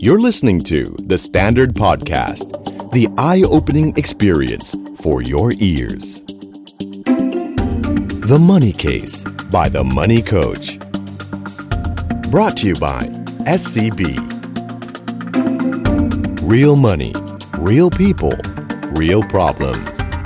You're listening to The Standard Podcast, the eye-opening experience for your ears. The Money Case by The Money Coach. Brought to you by SCB. Real money, real people, real problems.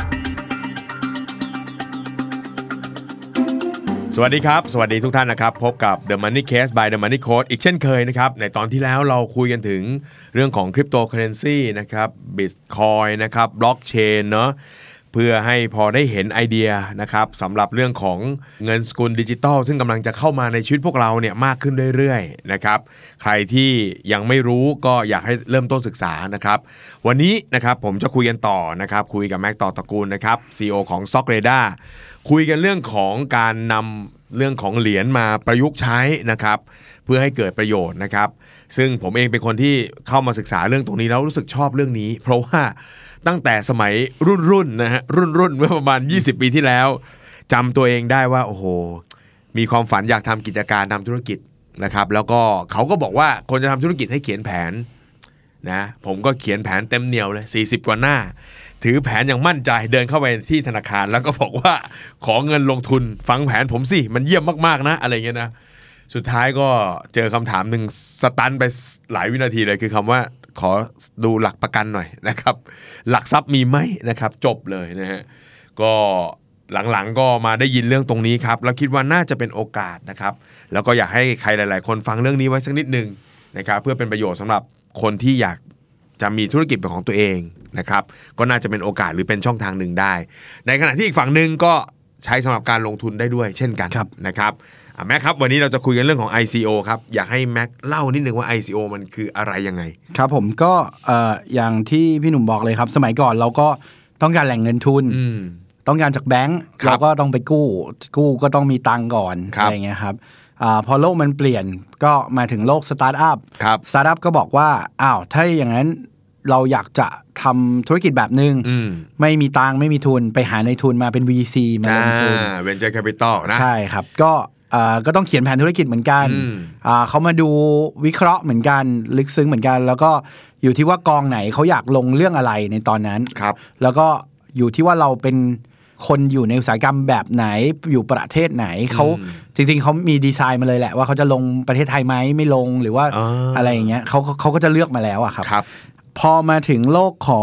สวัสดีครับสวัสดีทุกท่านนะครับพบกับ The Money Case by The Money Coach อีกเช่นเคยนะครับในตอนที่แล้วเราคุยกันถึงเรื่องของคริปโตเคอเรนซีนะครับ Bitcoin นะครับบล็อกเชนเนาะเพื่อให้พอได้เห็นไอเดียนะครับสำหรับเรื่องของเงินสกุลดิจิทัลซึ่งกำลังจะเข้ามาในชีวิตพวกเราเนี่ยมากขึ้นเรื่อยๆนะครับใครที่ยังไม่รู้ก็อยากให้เริ่มต้นศึกษานะครับวันนี้นะครับผมจะคุยกันต่อนะครับคุยกับแม็กต่อตระกูลนะครับ CEO ของ Stockradar คุยกันเรื่องของการนำเรื่องของเหรียญมาประยุกต์ใช้นะครับเพื่อให้เกิดประโยชน์นะครับซึ่งผมเองเป็นคนที่เข้ามาศึกษาเรื่องตรงนี้แล้วรู้สึกชอบเรื่องนี้เพราะว่าตั้งแต่สมัยรุ่นนะฮะรุ่นเมื่อประมาณ20ปีที่แล้วจำตัวเองได้ว่าโอ้โหมีความฝันอยากทำกิจการทำธุรกิจนะครับแล้วก็เขาก็บอกว่าคนจะทำธุรกิจให้เขียนแผนนะผมก็เขียนแผนเต็มเหนียวเลย40กว่าหน้าถือแผนอย่างมั่นใจเดินเข้าไปที่ธนาคารแล้วก็บอกว่าขอเงินลงทุนฟังแผนผมสิมันเยี่ยมมากๆนะอะไรเงี้ยนะสุดท้ายก็เจอคำถามหนึ่งสตันไปหลายวินาทีเลยคือคำว่าขอดูหลักประกันหน่อยนะครับหลักทรัพย์มีไหมนะครับจบเลยนะฮะก็หลังๆก็มาได้ยินเรื่องตรงนี้ครับแล้วคิดว่าน่าจะเป็นโอกาสนะครับแล้วก็อยากให้ใครหลายๆคนฟังเรื่องนี้ไว้สักนิดนึงนะครับเพื่อเป็นประโยชน์สำหรับคนที่อยากจะมีธุรกิจเป็นของตัวเองนะครับก็น่าจะเป็นโอกาสหรือเป็นช่องทางหนึ่งได้ในขณะที่อีกฝั่งนึงก็ใช้สำหรับการลงทุนได้ด้วยเช่นกันนะครับแม็กครับวันนี้เราจะคุยกันเรื่องของ ICO ครับอยากให้แม็กเล่านิดนึงว่า ICO มันคืออะไรยังไงครับผมก็อย่างที่พี่หนุ่มบอกเลยครับสมัยก่อนเราก็ต้องการแหล่งเงินทุนต้องการจากแบงก์เราก็ต้องไปกู้ก็ต้องมีตังค์ก่อนอะไรเงี้ยครับพอโลกมันเปลี่ยนก็มาถึงโลกสตาร์ทอัพก็บอกว่าอ้าวถ้าอย่างนั้นเราอยากจะทำธุรกิจแบบนึงไม่มีตังค์ไม่มีทุนไปหาในทุนมาเป็น VC มาลงทุน Venture Capital นะใช่ครับก็ต้องเขียนแผนธุรกิจเหมือนกันเขามาดูวิเคราะห์เหมือนกันลึกซึ้งเหมือนกันแล้วก็อยู่ที่ว่ากองไหนเขาอยากลงเรื่องอะไรในตอนนั้นแล้วก็อยู่ที่ว่าเราเป็นคนอยู่ในอุตสาหกรรมแบบไหนอยู่ประเทศไหนเขาจริงๆเขามีดีไซน์มาเลยแหละว่าเขาจะลงประเทศไทยไหมไม่ลงหรือว่าอะไรอย่างเงี้ยเขาก็จะเลือกมาแล้วอะครับพอมาถึงโลกของ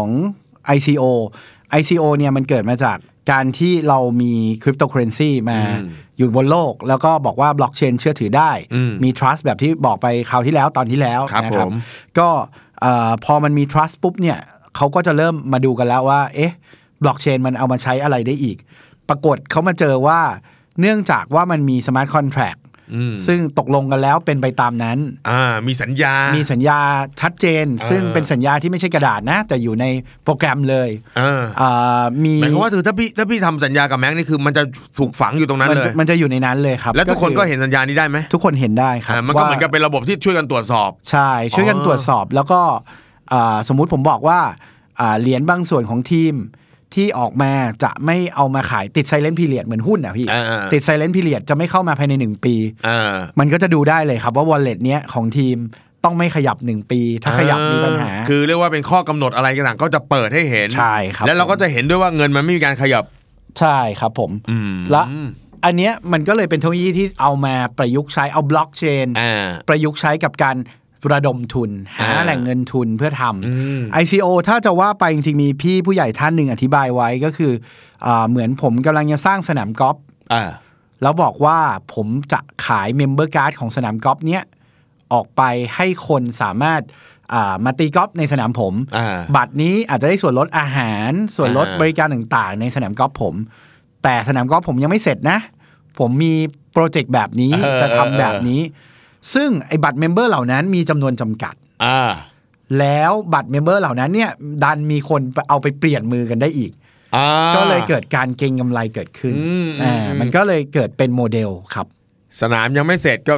ICO เนี่ยมันเกิดมาจากการที่เรามีคริปโตเคอเรนซีมาอยู่บนโลกแล้วก็บอกว่าบล็อกเชนเชื่อถือได้มี trust แบบที่บอกไปคราวที่แล้วตอนที่แล้วนะครับก็พอมันมี trust ปุ๊บเนี่ยเขาก็จะเริ่มมาดูกันแล้วว่าเอ๊ะบล็อกเชนมันเอามาใช้อะไรได้อีกปรากฏเขามาเจอว่าเนื่องจากว่ามันมีสมาร์ทคอนแทรคซึ่งตกลงกันแล้วเป็นไปตามนั้นมีสัญญาชัดเจนซึ่งเป็นสัญญาที่ไม่ใช่กระดาษนะแต่อยู่ในโปรแกรมเลยมีหมายความว่าถ้าพี่ทำสัญญากับแม็กนี่คือมันจะถูกฝังอยู่ตรงนั้นเลยมันจะอยู่ในนั้นเลยครับแล้วทุกคนก็เห็นสัญญานี้ได้ไหมทุกคนเห็นได้ครับมันก็เหมือนกับเป็นระบบที่ช่วยกันตรวจสอบใช่ช่วยกันตรวจสอบแล้วก็สมมุติผมบอกว่าเหรียญบางส่วนของทีมที่ออกมาจะไม่เอามาขายติดไซเลนต์พีเรียดเหมือนหุ้นพี่ติดไซเลนต์พีเรียดจะไม่เข้ามาภายใน1ปีมันก็จะดูได้เลยครับว่าวอลเล็ตเนี้ยของทีมต้องไม่ขยับ1ปีถ้าขยับมีปัญหาคือเรียกว่าเป็นข้อกำหนดอะไรต่างก็จะเปิดให้เห็นใช่ครับแล้วเราก็จะเห็นด้วยว่าเงินมันไม่มีการขยับใช่ครับผมและอันเนี้ยมันก็เลยเป็นเทคโนโลยีที่เอามาประยุกต์ใช้เอาบล็อกเชนประยุกต์ใช้กับการระดมทุนหาแหล่งเงินทุนเพื่อทำ ICO ถ้าจะว่าไปจริงๆมีพี่ผู้ใหญ่ท่านหนึ่งอธิบายไว้ก็คือเหมือนผมกำลังจะสร้างสนามกอล์ฟแล้วบอกว่าผมจะขายเมมเบอร์การ์ดของสนามกอล์ฟเนี้ยออกไปให้คนสามารถมาตีกอล์ฟในสนามผมบัตรนี้อาจจะได้ส่วนลดอาหารส่วนลดบริการต่างๆในสนามกอล์ฟผมแต่สนามกอล์ฟผมยังไม่เสร็จนะผมมีโปรเจกต์แบบนี้จะทำแบบนี้ซึ่งไอ้บัตรเมมเบอร์เหล่านั้นมีจำนวนจำกัดแล้วบัตรเมมเบอร์เหล่านั้นเนี่ยดันมีคนเอาไปเปลี่ยนมือกันได้อีกก็เลยเกิดการเก็งกำไรเกิดขึ้นมันก็เลยเกิดเป็นโมเดลครับสนามยังไม่เสร็จก็โป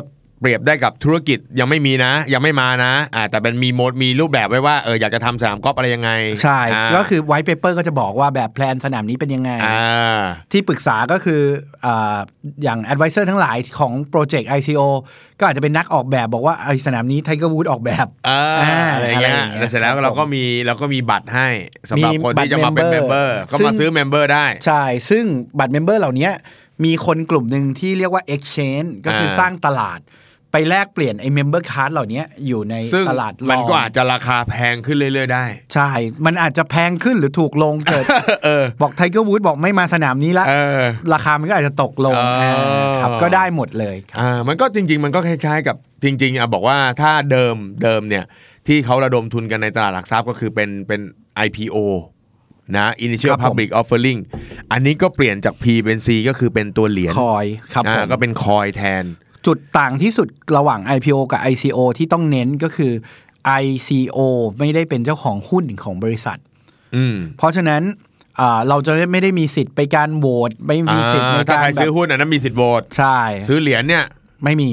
ปรียบได้กับธุรกิจยังไม่มีนะยังไม่มานะแต่เป็นมีรูปแบบไว้ว่าอยากจะทำสนามกอล์ฟอะไรยังไงใช่ก็คือไวท์เปเปอร์ก็จะบอกว่าแบบแพลนสนามนี้เป็นยังไงที่ปรึกษาก็คืออย่างแอดไวเซอร์ทั้งหลายของโปรเจกต์ ICO ก็อาจจะเป็นนักออกแบบบอกว่าไอ้สนามนี้ไทเกอร์วูดออกแบบอะไรเงี้ยเสร็จแล้วเราก็มีบัตรให้สำหรับคนที่จะมาเป็นเมมเบอร์ก็มาซื้อเมมเบอร์ได้ใช่ซึ่งบัตรเมมเบอร์เหล่านี้มีคนกลุ่มหนึ่งที่เรียกว่า exchange ก็คือสร้างตลาดไปแลกเปลี่ยนไอ้ member card เหล่านี้อยู่ในตลาดรองมันก็อาจจะราคาแพงขึ้นเรื่อยๆได้ใช่มันอาจจะแพงขึ้นหรือถูกลงเกิดบอก Tiger Woods บอกไม่มาสนามนี้ละราคามันก็อาจจะตกลงครับก็ได้หมดเลยมันก็จริงๆมันก็คล้ายๆกับจริงๆบอกว่าถ้าเดิมเนี่ยที่เขาระดมทุนกันในตลาดหลักทรัพย์ก็คือเป็น IPOนะ Initial Public Offering อันนี้ก็เปลี่ยนจาก P เป็น C ก็คือเป็นตัวเหรียญคอยครับก็เป็นคอยแทนจุดต่างที่สุดระหว่าง IPO กับ ICO ที่ต้องเน้นก็คือ ICO ไม่ได้เป็นเจ้าของหุ้นของบริษัทเพราะฉะนั้นเราจะไม่ได้มีสิทธิ์ไปการโหวตไม่มีสิทธิ์ในการถ้าใครซื้อหุ้นนั้นมีสิทธิ์โหวตใช่ซื้อเหรียญเนี่ยไม่มี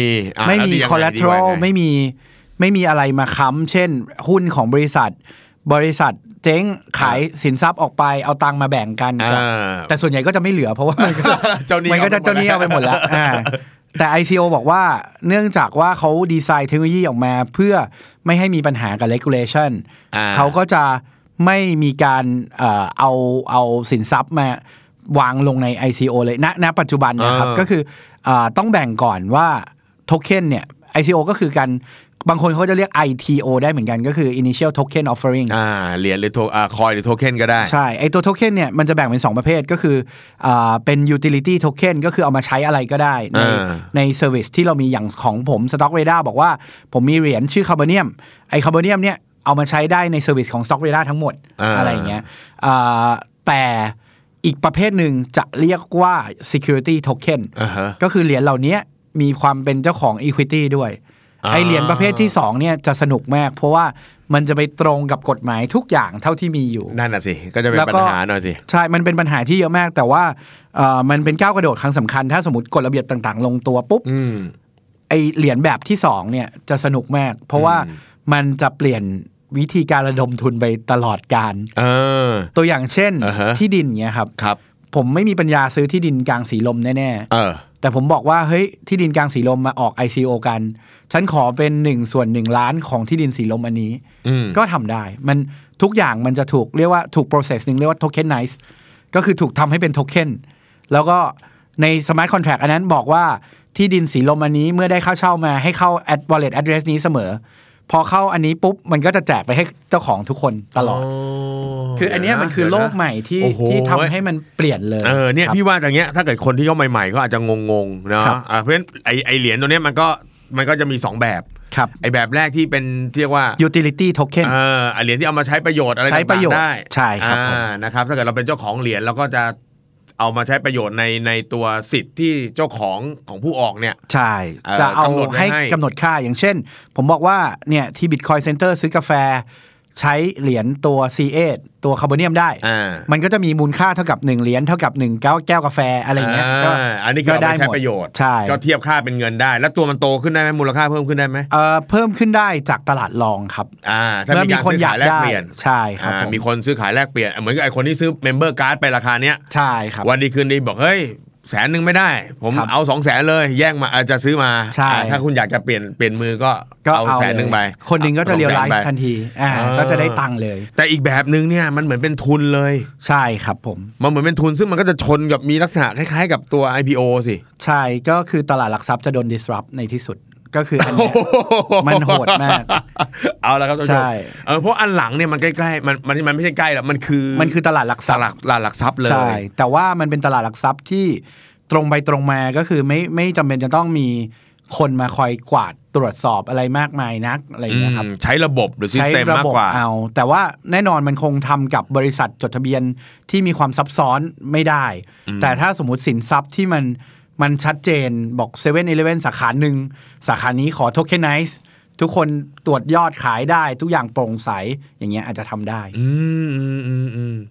collateral ไม่มีอะไรมาค้ำเช่นหุ้นของบริษัทเจ๊งขายสินทรัพย์ออกไปเอาตังค์มาแบ่งกันแต่ส่วนใหญ่ก็จะไม่เหลือเพราะว่ามันก็จะเจ้าหนี้เอาไปหมดแล้วแต่ ICO บอกว่าเนื่องจากว่าเขาดีไซน์เทคโนโลยีออกมาเพื่อไม่ให้มีปัญหากับ regulation เขาก็จะไม่มีการเอาสินทรัพย์มาวางลงใน ICO เลยณปัจจุบันนะครับก็คือต้องแบ่งก่อนว่าโทเค็นเนี่ย ICO ก็คือการบางคนเขาจะเรียก ITO ได้เหมือนกันก็คือ Initial Token Offering เหรียญหรือคอยหรือโทเค็นก็ได้ใช่ไอตัวโทเค็นเนี่ยมันจะแบ่งเป็น2ประเภทก็คือเป็น Utility Token ก็คือเอามาใช้อะไรก็ได้ใน Service ที่เรามีอย่างของผม Stock Radar บอกว่าผมมีเหรียญชื่อ Carbonium ไอ Carbonium เนี่ยเอามาใช้ได้ใน Service ของ Stock Radar ทั้งหมดอะไรอย่างเงี้ยแต่อีกประเภทหนึ่งจะเรียกว่า Security Token ก็คือเหรียญเหล่านี้มีความเป็นเจ้าของ Equity ด้วยไอเหรียญประเภทที่2เนี่ยจะสนุกมากเพราะว่ามันจะไปตรงกับกฎหมายทุกอย่างเท่าที่มีอยู่นั่นน่ะสิก็จะเป็นปัญหาหน่อยสิใช่มันเป็นปัญหาที่เยอะมากแต่ว่ามันเป็นก้าวกระโดดครั้งสำคัญถ้าสมมติกฎระเบียบต่างๆลงตัวปุ๊บไอเหรียญแบบที่2เนี่ยจะสนุกมากเพราะว่ามันจะเปลี่ยนวิธีการระดมทุนไปตลอดกาลตัวอย่างเช่นที่ดินเนี่ยครับผมไม่มีปัญญาซื้อที่ดินกลางสีลมแน่ๆแต่ผมบอกว่าเฮ้ยที่ดินกลางสีลมมาออก ICO กันฉันขอเป็น1/1 ล้านของที่ดินสีลมอันนี้ก็ทำได้มันทุกอย่างมันจะถูกเรียกว่าถูก process นึงเรียกว่า tokenize ก็คือถูกทำให้เป็นโทเค็นแล้วก็ใน smart contract อันนั้นบอกว่าที่ดินสีลมอันนี้เมื่อได้ค่าเช่ามาให้เข้า wallet address นี้เสมอพอเข้าอันนี้ปุ๊บมันก็จะแจกไปให้เจ้าของทุกคนตลอดคืออันนี้มันคือโลกใหม่ที่ทำให้มันเปลี่ยนเลยเนี่ยพี่ว่าอย่างเงี้ยถ้าเกิดคนที่เขาใหม่ๆก็อาจจะงงๆนะเพราะฉะนั้นไอเหรียญตัวเนี้ยมันก็จะมี2แบบไอแบบแรกที่เป็นเรียกว่า utility token เหรียญที่เอามาใช้ประโยชน์อะไรต่างๆได้ใช่ครับนะครับถ้าเกิดเราเป็นเจ้าของเหรียญเราก็จะเอามาใช้ประโยชน์ในตัวสิทธิ์ที่เจ้าของผู้ออกเนี่ยใช่จะเอาให้กำหนดค่าอย่างเช่นผมบอกว่าเนี่ยที่ Bitcoin Center ซื้อกาแฟใช้เหรียญตัว C8 ตัวคาร์บอเนียมได้มันก็จะมีมูลค่าเท่ากับ1เหรียญเท่ากับ1แก้วกาแฟอะไรเงี้ยอันนี้ก็ได้ใช้ประโยชน์ก็เทียบค่าเป็นเงินได้แล้วตัวมันโตขึ้นได้ไหมมูลค่าเพิ่มขึ้นได้ไหมเพิ่มขึ้นได้จากตลาดรองครับถ้ามีการซื้อขายแลกเปลี่ยนใช่ครับมีคนซื้อขายแลกเปลี่ยนเหมือนกับไอ้คนที่ซื้อเมมเบอร์การ์ดไปราคาเนี้ยใช่ครับวันดีคืนดีบอกเฮ้ย100,000ไม่ได้ผมเอา200,000เลยแย่งมาจะซื้อมาถ้าคุณอยากจะเปลี่ยนมือก็เอา100,000ไปคนนึงก็จะเรียลไลซ์ทันทีก็จะได้ตังค์เลยแต่อีกแบบนึงเนี่ยมันเหมือนเป็นทุนเลยใช่ครับผมมันเหมือนเป็นทุนซึ่งมันก็จะชนกับมีลักษณะคล้ายๆกับตัว IPO สิใช่ก็คือตลาดหลักทรัพย์จะโดน disrupt ในที่สุดก็คืออันนี้มันโหดมากเอาละครับท่านผู้ชมเพราะอันหลังเนี่ยมันใกล้ๆมันไม่ใช่ใกล้หรอกมันคือตลาดหลักทรัพย์เลยใช่แต่ว่ามันเป็นตลาดหลักทรัพย์ที่ตรงไปตรงมาก็คือไม่จำเป็นจะต้องมีคนมาคอยกวาดตรวจสอบอะไรมากมายนักอะไรอย่างเงี้ยครับใช้ระบบหรือซิสเต็มมากกว่าเอาแต่ว่าแน่นอนมันคงทำกับบริษัทจดทะเบียนที่มีความซับซ้อนไม่ได้แต่ถ้าสมมุติสินทรัพย์ที่มันชัดเจนบอก7-11สาขาหนึ่งสาขานี้ขอโทเค็นไนซ์ทุกคนตรวจยอดขายได้ทุกอย่างโปร่งใสอย่างเงี้ยอาจจะทำได้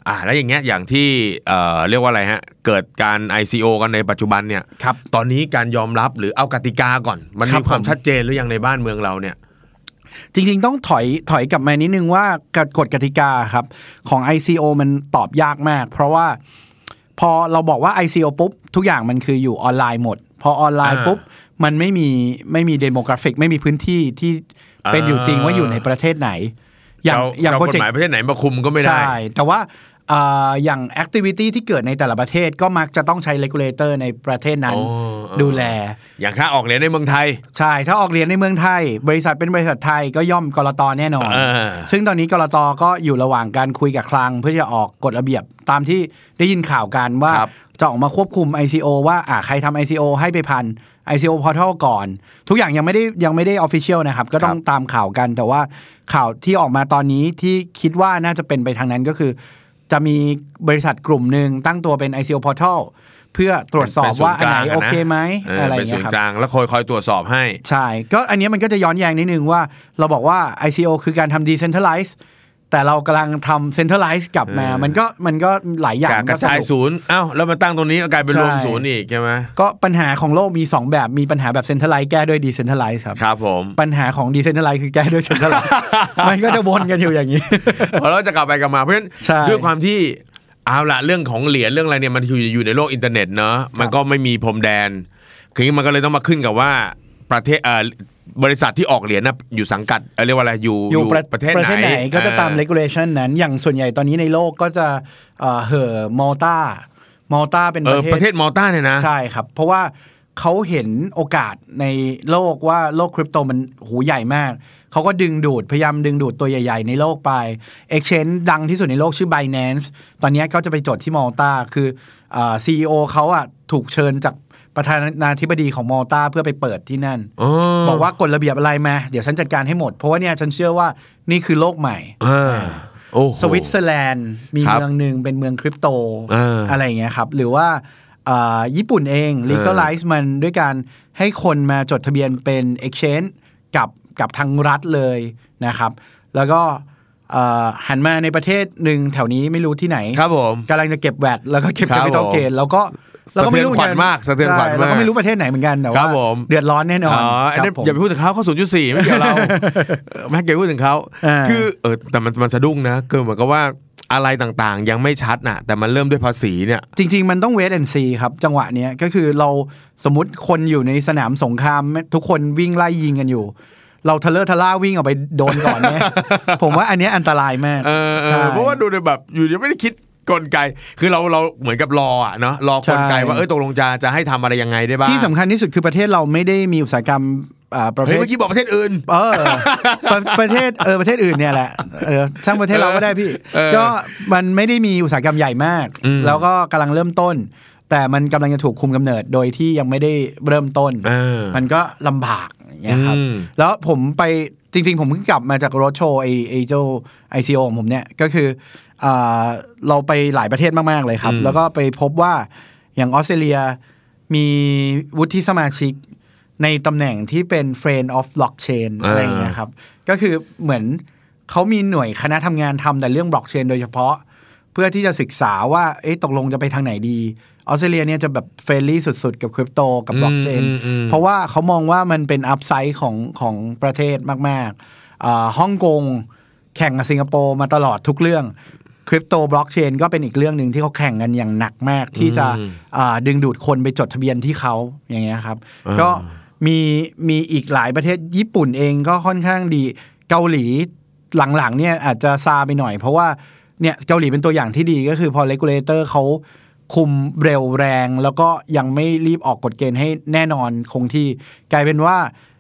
แล้วอย่างเงี้ยอย่างที่เรียกว่าอะไรฮะเกิดการ ICO กันในปัจจุบันเนี่ยตอนนี้การยอมรับหรือเอากติกาก่อนมันมีความชัดเจนหรือยังในบ้านเมืองเราเนี่ยจริงๆต้องถอยกลับมานิดนึงว่ากฎกติกาครับของ ICO มันตอบยากมากเพราะว่าพอเราบอกว่า ICO ปุ๊บทุกอย่างมันคืออยู่ออนไลน์หมดพอออนไลน์ปุ๊บมันไม่มีเดโมกราฟิกไม่มีพื้นที่ที่เป็นอยู่จริงว่าอยู่ในประเทศไหนอย่างกฎหมายประเทศไหนมาคุมก็ไม่ได้ใช่แต่ว่าอย่าง activity ที่เกิดในแต่ละประเทศก็มักจะต้องใช้ regulator ในประเทศนั้นดูแลอย่างค่าออกเหรียญในเมืองไทยใช่ถ้าออกเหรียญในเมืองไทยบริษัทเป็นบริษัทไทยก็ย่อมกลต.แน่นอนซึ่งตอนนี้กลต.ก็อยู่ระหว่างการคุยกับคลังเพื่อจะออกกฎระเบียบตามที่ได้ยินข่าวกันว่าจะออกมาควบคุม ICO ว่าใครทำ ICO ให้ไปพัน ICO Portal ก่อนทุกอย่างยังไม่ได้ official นะครับก็ต้องตามข่าวกันแต่ว่าข่าวที่ออกมาตอนนี้ที่คิดว่าน่าจะเป็นไปทางนั้นก็คือจะมีบริษัทกลุ่มหนึ่งตั้งตัวเป็น ICO Portal เพื่อตรวจสอบว่าอันไหนโอเคไหมอะไรอย่างเงี้ยครับเป็นศูนย์กลางแล้วคอยตรวจสอบให้ใช่ก็อันนี้มันก็จะย้อนแย้งนิดนึงว่าเราบอกว่า ICO คือการทำ Decentralize แต่เรากำลังทำ Centralize กลับมามันก็หลายอย่างกระจายศูนย์แล้วมาตั้งตรงนี้ก็กลายเป็นรวมศูนย์อีกใช่ไหมก็ปัญหาของโลกมี2แบบมีปัญหาแบบ Centralize แก้ด้วย Decentralize ครับครับผมปัญหาของ Decentralize คือแก้ด้วย Centralize มันก็จะวนกันอยู่อย่างนี้เราจะกลับไปกลับมาเพราะฉะนั้นด้วยความที่เอาละเรื่องของเหรียญเรื่องอะไรเนี่ยมันอยู่ในโลกอินเทอร์เน็ตเนอะมันก็ไม่มีพรมแดนคือมันก็เลยต้องมาขึ้นกับว่าประเทศบริษัทที่ออกเหรียญนะอยู่สังกัดเรียกว่าอะไรอยู่ประเทศไหนก็จะตาม regulation นั้นอย่างส่วนใหญ่ตอนนี้ในโลกก็จะมอลตาเป็นประเทศมอลตาเนี่ยนะใช่ครับเพราะว่าเขาเห็นโอกาสในโลกว่าโลกคริปโตมันหูใหญ่มากเขาก็พยายามดึงดูดตัวใหญ่ๆในโลกไป Exchange ดังที่สุดในโลกชื่อ Binance ตอนนี้ก็จะไปจดที่มอลตาคือCEO เขาถูกเชิญจากประธานาธิบดีของมอลตาเพื่อไปเปิดที่นั่นบอกว่ากฎระเบียบอะไรมาเดี๋ยวฉันจัดการให้หมดเพราะว่าเนี่ยฉันเชื่อว่านี่คือโลกใหม่สวิตเซอร์แลนด์มีเมืองนึงเป็นเมืองคริปโตอะไรอย่างเงี้ยครับหรือว่าญี่ปุ่นเอง legalize มันด้วยการให้คนมาจดทะเบียนเป็น exchange กับทางรัฐเลยนะครับแล้วก็หันมาในประเทศหนึ่งแถวนี้ไม่รู้ที่ไหนครับผมกำลังจะเก็บแวตแล้วก็เก็บ capital gain แล้วก็ไม่รู้ขวัญมากสะเทือนขวัญมากเราก็ไม่รู้ประเทศไหนเหมือนกันแต่ว่าเดือดร้อนแน่นอนอย่าไปพูดถึงเขา 0.4 ไม่เกี่ยวเราไม่เกี่ยวพูดถึงเขาคือแต่มันสะดุ้งนะคือเหมือนกับว่าอะไรต่างๆยังไม่ชัดน่ะแต่มันเริ่มด้วยภาษีเนี่ยจริงๆมันต้อง wait and see ครับจังหวะนี้ก็คือเราสมมุติคนอยู่ในสนามสงครามทุกคนวิ่งไล่ยิงกันอยู่เราทะล่าวิ่งออกไปโดนก่อนเนี่ยผมว่าอันนี้อันตรายมากเพราะว่าดูในแบบอยู่ยังไม่ได้คิดกลไกคือเราเหมือนกับรอเนาะรอกลไกว่าตกลงจะให้ทำอะไรยังไงได้บ้างที่สำคัญที่สุดคือประเทศเราไม่ได้มีอุตสาหกรรมประเภทเมื่อกี้บอกประเทศอื่นประเทศอื่นเนี่ยแหละช่างประเทศเราก็ได้พี่ก็มันไม่ได้มีอุตสาหกรรมใหญ่มากแล้วก็กำลังเริ่มต้นแต่มันกำลังจะถูกคุมกำเนิดโดยที่ยังไม่ได้เริ่มต้นมันก็ลำบากอย่างเงี้ยครับแล้วผมไปจริงๆผมเพิ่งกลับมาจากโรดโชว์ไอเจ้า ICO ของผมเนี่ยก็คือเราไปหลายประเทศมากๆเลยครับแล้วก็ไปพบว่าอย่างออสเตรเลียมีวุฒิสมาชิกในตำแหน่งที่เป็น Friend of Blockchain อะไรอย่างเงี้ยครับก็คือเหมือนเขามีหน่วยคณะทำงานทำแต่เรื่อง Blockchain โดยเฉพาะเพื่อที่จะศึกษาว่าตกลงจะไปทางไหนดีออสเตรเลียเนี่ยจะแบบเฟรนลี่สุดๆกับคริปโตกับบล็อกเชนเพราะว่าเขามองว่ามันเป็นอัพไซด์ของประเทศมากๆฮ่องกงแข่งกับสิงคโปร์มาตลอดทุกเรื่องคริปโตบล็อกเชนก็เป็นอีกเรื่องนึงที่เขาแข่งกันอย่างหนักมากที่จะดึงดูดคนไปจดทะเบียนที่เขาอย่างเงี้ยครับก็มีอีกหลายประเทศญี่ปุ่นเองก็ค่อนข้างดีเกาหลีหลังๆเนี่ยอาจจะซาไปหน่อยเพราะว่าเนี่ยเกาหลีเป็นตัวอย่างที่ดีก็คือพอเรกูเลเตอร์เขาคุมเร็วแรงแล้วก็ยังไม่รีบออกกฎเกณฑ์ให้แน่นอนคงที่กลายเป็นว่า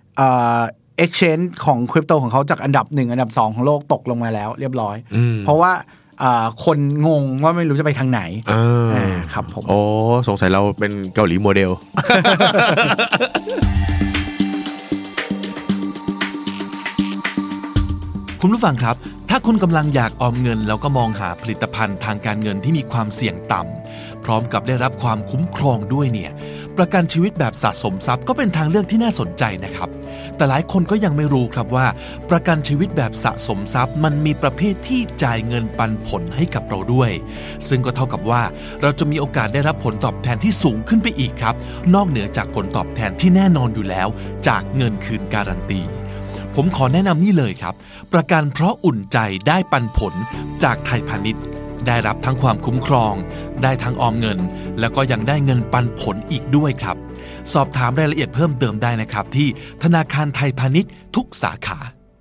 exchange ของคริปโตของเขาจากอันดับ1อันดับ2ของโลกตกลงมาแล้วเรียบร้อยเพราะว่าคนงงว่าไม่รู้จะไปทางไหนครับผมโอ้สงสัยเราเป็นเกาหลีโมเดลคุณผู้ฟังครับถ้าคุณกำลังอยากออมเงินแล้วก็มองหาผลิตภัณฑ์ทางการเงินที่มีความเสี่ยงต่ำพร้อมกับได้รับความคุ้มครองด้วยเนี่ยประกันชีวิตแบบสะสมทรัพย์ก็เป็นทางเลือกที่น่าสนใจนะครับแต่หลายคนก็ยังไม่รู้ครับว่าประกันชีวิตแบบสะสมทรัพย์มันมีประเภทที่จ่ายเงินปันผลให้กับเราด้วยซึ่งก็เท่ากับว่าเราจะมีโอกาสได้รับผลตอบแทนที่สูงขึ้นไปอีกครับนอกเหนือจากผลตอบแทนที่แน่นอนอยู่แล้วจากเงินคืนการันตีผมขอแนะนำนี่เลยครับประกันเพราะอุ่นใจได้ปันผลจากไทยพาณิชย์ได้รับทั้งความคุ้มครองได้ทั้งออมเงินแล้วก็ยังได้เงินปันผลอีกด้วยครับสอบถามรายละเอียดเพิ่มเติมได้นะครับที่ธนาคารไทยพาณิชย์ทุกสาขา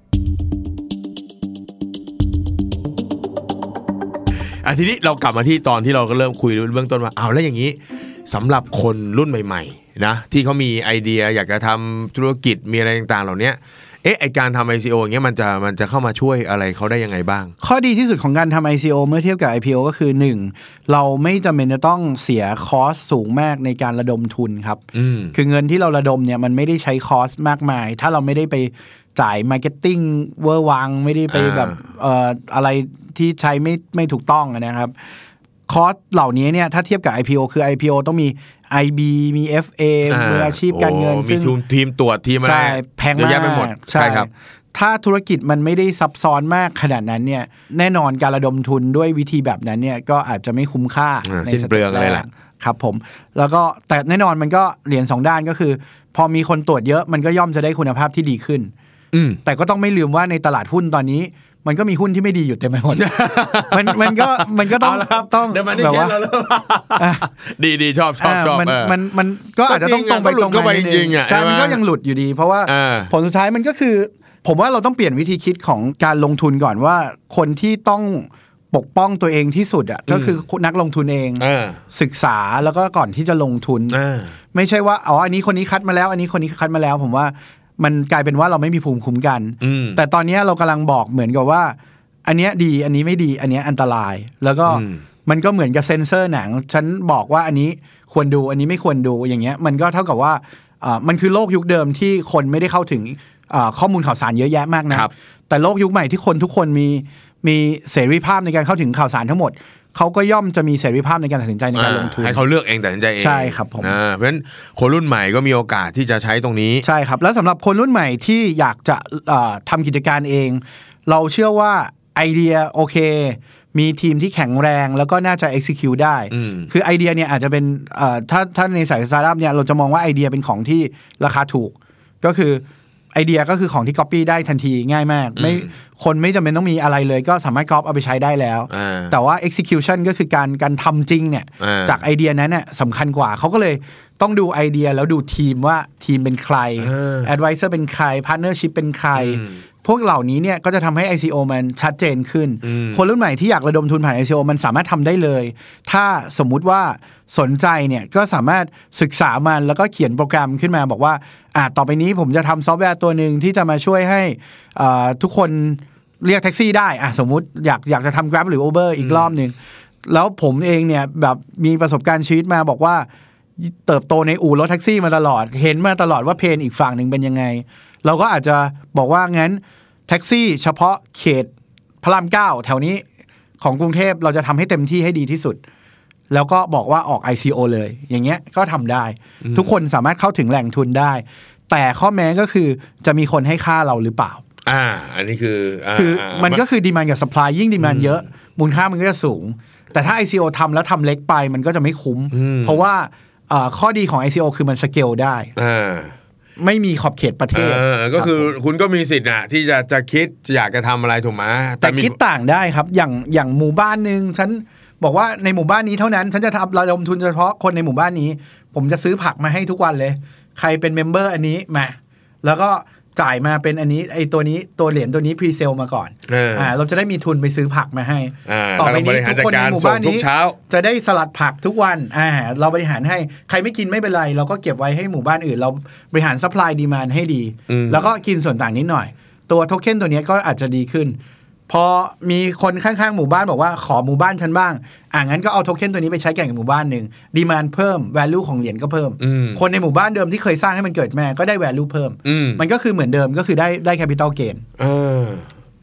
ทีนี้เรากลับมาที่ตอนที่เราก็เริ่มคุยเบื้องต้นว่าเอาแล้วอย่างนี้สำหรับคนรุ่นใหม่ๆนะที่เขามีไอเดียอยากจะทำธุรกิจมีอะไรต่างๆเหล่านี้ไอการทำ ICO อย่างเงี้ยมันจะเข้ามาช่วยอะไรเขาได้ยังไงบ้างข้อดีที่สุดของการทำ ICO เมื่อเทียบกับ IPO ก็คือ 1. เราไม่จำเป็นจะต้องเสียคอสสูงมากในการระดมทุนครับคือเงินที่เราระดมเนี่ยมันไม่ได้ใช้คอสมากมายถ้าเราไม่ได้ไปจ่ายมาร์เก็ตติ้งเวอร์วังไม่ได้ไปแบบอะไรที่ใช้ไม่ถูกต้องนะครับคอสเหล่านี้เนี่ยถ้าเทียบกับ IPO คือ IPO ต้องมี IB มี FA มืออาชีพการเงินซึ่งมีทีมตรวจทีมอะไรแพงมากใช่ครับถ้าธุรกิจมันไม่ได้ซับซ้อนมากขนาดนั้นเนี่ยแน่นอนการระดมทุนด้วยวิธีแบบนั้นเนี่ยก็อาจจะไม่คุ้มค่าในสิ้นเปลืองอะไรแหละครับผมแล้วก็แต่แน่นอนมันก็เหรียญ2ด้านก็คือพอมีคนตรวจเยอะมันก็ย่อมจะได้คุณภาพที่ดีขึ้นแต่ก็ต้องไม่ลืมว่าในตลาดหุ้นตอนนี้มันก็มีหุ้นที่ไม่ดีอยู่เต็มไปหมดมันก็ต้องแบบว่าดีชอบมันก็อาจจะต้องตรงไปตรงมาจริงๆใช่มันก็ยังหลุดอยู่ดีเพราะว่าผลสุดท้ายมันก็คือผมว่าเราต้องเปลี่ยนวิธีคิดของการลงทุนก่อนว่าคนที่ต้องปกป้องตัวเองที่สุดอ่ะก็คือนักลงทุนเองศึกษาแล้วก็ก่อนที่จะลงทุนไม่ใช่ว่าอันนี้คนนี้คัดมาแล้วอันนี้คนนี้คัดมาแล้วผมว่ามันกลายเป็นว่าเราไม่มีภูมิคุ้มกันแต่ตอนนี้เรากำลังบอกเหมือนกับว่าอันนี้ดีอันนี้ไม่ดีอันนี้อันตรายแล้วก็มันก็เหมือนกับเซ็นเซอร์หนังฉันบอกว่าอันนี้ควรดูอันนี้ไม่ควรดูอย่างเงี้ยมันก็เท่ากับว่ามันคือโลกยุคเดิมที่คนไม่ได้เข้าถึงข้อมูลข่าวสารเยอะแยะมากนะแต่โลกยุคใหม่ที่ทุกคนมีเสรีภาพในการเข้าถึงข่าวสารทั้งหมดเขาก็ย่อมจะมีเสรีภาพในการตัดสินใจในการลงทุนให้เขาเลือกเองตัดสินใจเองใช่ครับผมเพราะฉะนั้นคนรุ่นใหม่ก็มีโอกาสที่จะใช้ตรงนี้ใช่ครับแล้วสำหรับคนรุ่นใหม่ที่อยากจะทำกิจการเองเราเชื่อว่าไอเดียโอเคมีทีมที่แข็งแรงแล้วก็น่าจะ execute ได้คือไอเดียเนี่ยอาจจะเป็นถ้าในสายสตาร์ทอัพเนี่ยเราจะมองว่าไอเดียเป็นของที่ราคาถูกก็คือไอเดียก็คือของที่ copy ได้ทันทีง่ายมากคนไม่จำเป็นต้องมีอะไรเลยก็สามารถ copy เอาไปใช้ได้แล้วแต่ว่า execution ก็คือการทำจริงเนี่ยจากไอเดียนั้นเนี่ยสำคัญกว่าเขาก็เลยต้องดูไอเดียแล้วดูทีมว่าทีมเป็นใคร advisor เป็นใคร partnership เป็นใครพวกเหล่านี้เนี่ยก็จะทำให้ ICO มันชัดเจนขึ้นคนรุ่นใหม่ที่อยากระดมทุนผ่าน ICO มันสามารถทำได้เลยถ้าสมมุติว่าสนใจเนี่ยก็สามารถศึกษามันแล้วก็เขียนโปรแกรมขึ้นมาบอกว่าต่อไปนี้ผมจะทำซอฟต์แวร์ตัวหนึ่งที่จะมาช่วยให้ทุกคนเรียกแท็กซี่ได้สมมุติอยากจะทำ Grab หรือ Uber อีกรอบนึงแล้วผมเองเนี่ยแบบมีประสบการณ์ชีวิตมาบอกว่าเติบโตในอู่รถแท็กซี่มาตลอดเห็นมาตลอดว่าเพนอีกฝั่งนึงเป็นยังไงเราก็อาจจะบอกว่างั้นแท็กซี่เฉพาะเขตพระราม9แถวนี้ของกรุงเทพเราจะทำให้เต็มที่ให้ดีที่สุดแล้วก็บอกว่าออก ICO เลยอย่างเงี้ยก็ทำได้ทุกคนสามารถเข้าถึงแหล่งทุนได้แต่ข้อแม้ก็คือจะมีคนให้ค่าเราหรือเปล่าอันนี้คือมันก็คือดีมานด์กับซัพพลายยิ่งดีมานด์เยอะมูลค่ามันก็จะสูงแต่ถ้า ICO ทำแล้วทำเล็กไปมันก็จะไม่คุ้มเพราะว่าข้อดีของ ICO คือมันสเกลได้ไม่มีขอบเขตประเทศก็คือคุณก็มีสิทธิ์ที่จะคิดอยากจะทำอะไรถูกไหมแต่คิดต่างได้ครับอย่างหมู่บ้านนึงฉันบอกว่าในหมู่บ้านนี้เท่านั้นฉันจะทำระดมทุนเฉพาะคนในหมู่บ้านนี้ผมจะซื้อผักมาให้ทุกวันเลยใครเป็นเมมเบอร์อันนี้มาแล้วก็จ่ายมาเป็นอันนี้ไอ้ตัวนี้ตัวเหรียญตัวนี้พรีเซลมาก่อนเราจะได้มีทุนไปซื้อผักมาให้ต่อไปนี้ทุกคนในหมู่บ้านนี้จะได้สลัดผักทุกวันเราบริหารให้ใครไม่กินไม่เป็นไรเราก็เก็บไว้ให้หมู่บ้านอื่นเราบริหารซัพพลายดีมานด์ให้ดีแล้วก็กินส่วนต่างนิดหน่อยตัวโทเค็นตัวนี้ก็อาจจะดีขึ้นพอมีคนข้างๆหมู่บ้านบอกว่าขอหมู่บ้านฉันบ้างงั้นก็เอาโทเค็นตัวนี้ไปใช้แข่งกับหมู่บ้านนึงดีมานด์เพิ่ม value ของเหรียญก็เพิ่มคนในหมู่บ้านเดิมที่เคยสร้างให้มันเกิดมาก็ได้ value เพิ่มมันก็คือเหมือนเดิมก็คือได้ capital gain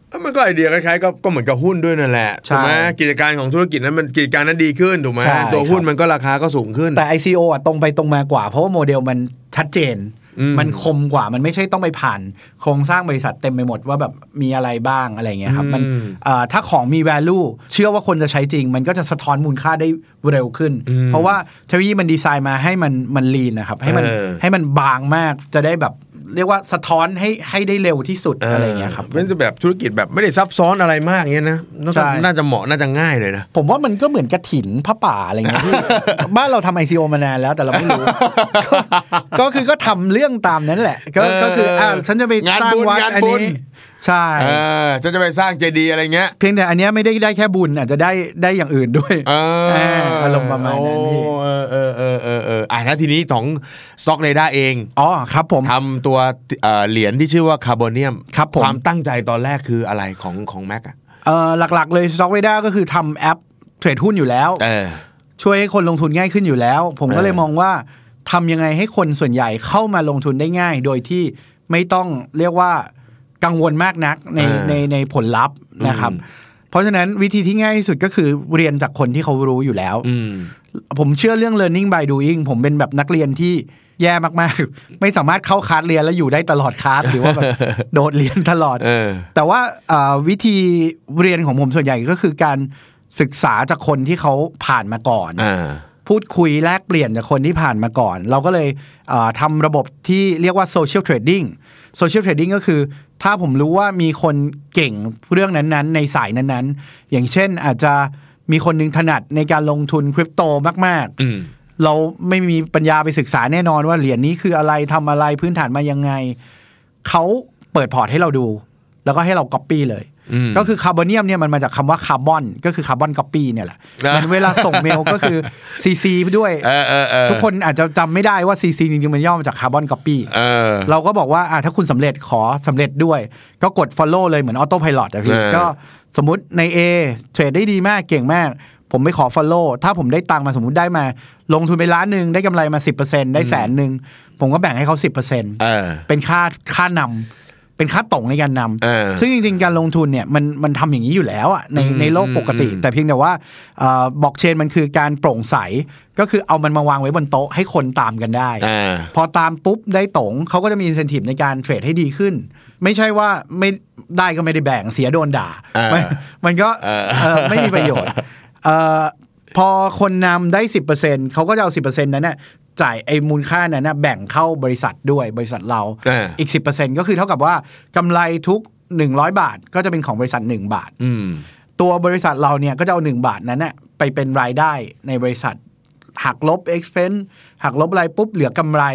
มันก็ไอเดียคล้ายๆก็เหมือนกับหุ้นด้วยนั่นแหละถูกไหมกิจการของธุรกิจนั้นมันกิจการนั้นดีขึ้นถูกไหมตัวหุ้นมันก็ราคาก็สูงขึ้นแต่ ICO อ่ะตรงไปตรงมากว่าเพราะว่าโมเดลมันชัดเจนมันคมกว่ามันไม่ใช่ต้องไปผ่านโครงสร้างบริษัทเต็มไปหมดว่าแบบมีอะไรบ้างอะไรเงี้ยครับมันถ้าของมี value เชื่อว่าคนจะใช้จริงมันก็จะสะท้อนมูลค่าได้เร็วขึ้นเพราะว่าเทคโนโลยีมันดีไซน์มาให้มันลีนนะครับให้มันบางมากจะได้แบบเรียกว่าสะท้อนให้ได้เร็วที่สุดอะไรเงี้ยครับมันจะแบบธุรกิจแบบไม่ได้ซับซ้อนอะไรมากเงี้ยนะน่าจะเหมาะน่าจะง่ายเลยนะผมว่ามันก็เหมือนกฐินผ้าป่าอะไรเงี้ยที่ บ้านเราทำ ICO มานานแล้วแต่เราไม่รู้ ก็คือก็ทำเรื่องตามนั้นแหละก็คือฉันจะไปสร้างวัดอันนี้ใช่ฉันจะไปสร้างเจดีย์อะไรเงี้ยเพียงแต่อันเนี้ยไม่ได้แค่บุญอาจจะได้อย่างอื่นด้วยอารมณ์ประมาณนั้นพี่แล้วทีนี้ของ Stockradar เองครับผมทำตัวเหรียญที่ชื่อว่าคาร์บอเนียมความตั้งใจตอนแรกคืออะไรของแม็กหลักๆเลย Stockradar ก็คือทำแอปเทรดหุ้นอยู่แล้วช่วยให้คนลงทุนง่ายขึ้นอยู่แล้วผมก็เลยมองว่าทำยังไงให้คนส่วนใหญ่เข้ามาลงทุนได้ง่ายโดยที่ไม่ต้องเรียกว่ากังวลมากนักในผลลัพธ์นะครับเพราะฉะนั้นวิธีที่ง่ายที่สุดก็คือเรียนจากคนที่เขารู้อยู่แล้วผมเชื่อเรื่อง learning by doing ผมเป็นแบบนักเรียนที่แย่มากๆไม่สามารถเข้าคลาสเรียนแล้วอยู่ได้ตลอดคลาสหรือว่าแบบโดดเรียนตลอดแต่ว่าวิธีเรียนของผมส่วนใหญ่ก็คือการศึกษาจากคนที่เขาผ่านมาก่อนพูดคุยแลกเปลี่ยนจากคนที่ผ่านมาก่อนเราก็เลยทำระบบที่เรียกว่า social trading social trading ก็คือถ้าผมรู้ว่ามีคนเก่งเรื่องนั้นๆในสายนั้นๆอย่างเช่นอาจจะมีคนนึงถนัดในการลงทุนคริปโตมากๆเราไม่มีปัญญาไปศึกษาแน่นอนว่าเหรียญนี้คืออะไรทำอะไรพื้นฐานมายังไงเขาเปิดพอร์ตให้เราดูแล้วก็ให้เราก๊อปปี้เลยก็คือคาร์บอเนียมเนี่ยมันมาจากคำว่าคาร์บอนก็คือคาร์บอนก๊อปปี้เนี่ยแหละมันเวลาส่งเมลก็คือ CC ด้วยทุกคนอาจจะจำไม่ได้ว่า CC จริงๆมันย่อมาจากคาร์บอนก๊อปปี้เราก็บอกว่าถ้าคุณสำเร็จขอสำเร็จด้วยก็กด follow เลยเหมือนออโต้ไพลอตอะพี่ก็สมมุติใน A เทรดได้ดีมากเก่งมากผมไม่ขอ follow ถ้าผมได้ตังค์มาสมมุติได้มาลงทุนไป1,000,000ได้กำไรมา 10% ได้100,000ผมก็แบ่งให้เขา 10% เป็นค่านำเป็นค่าตรงในการนำซึ่งจริงๆการลงทุนเนี่ยมันทำอย่างนี้อยู่แล้วอ่ะในโลกปกติแต่เพียงแต่ว่าบล็อกเชนมันคือการโปร่งใสก็คือเอามันมาวางไว้บนโต๊ะให้คนตามกันได้พอตามปุ๊บได้ตรงเขาก็จะมี incentive ในการเทรดให้ดีขึ้นไม่ใช่ว่าไม่ได้ก็ไม่ได้แบ่งเสียโดนด่ามันก็ไม่มีประโยชน์พอคนนำได้ 10% เขาก็จะเอา 10% นั้นน่ะจ่ายไอ้มูลค่านั้นนะแบ่งเข้าบริษัทด้วยบริษัทเราอีก 10% ก็คือเท่ากับว่ากำไรทุก100 บาทก็จะเป็นของบริษัท1 บาทตัวบริษัทเราเนี่ยก็จะเอา1 บาทนั้นน่ะไปเป็นรายได้ในบริษัทหักลบ expense หักลบอะไรปุ๊บเหลือกำไร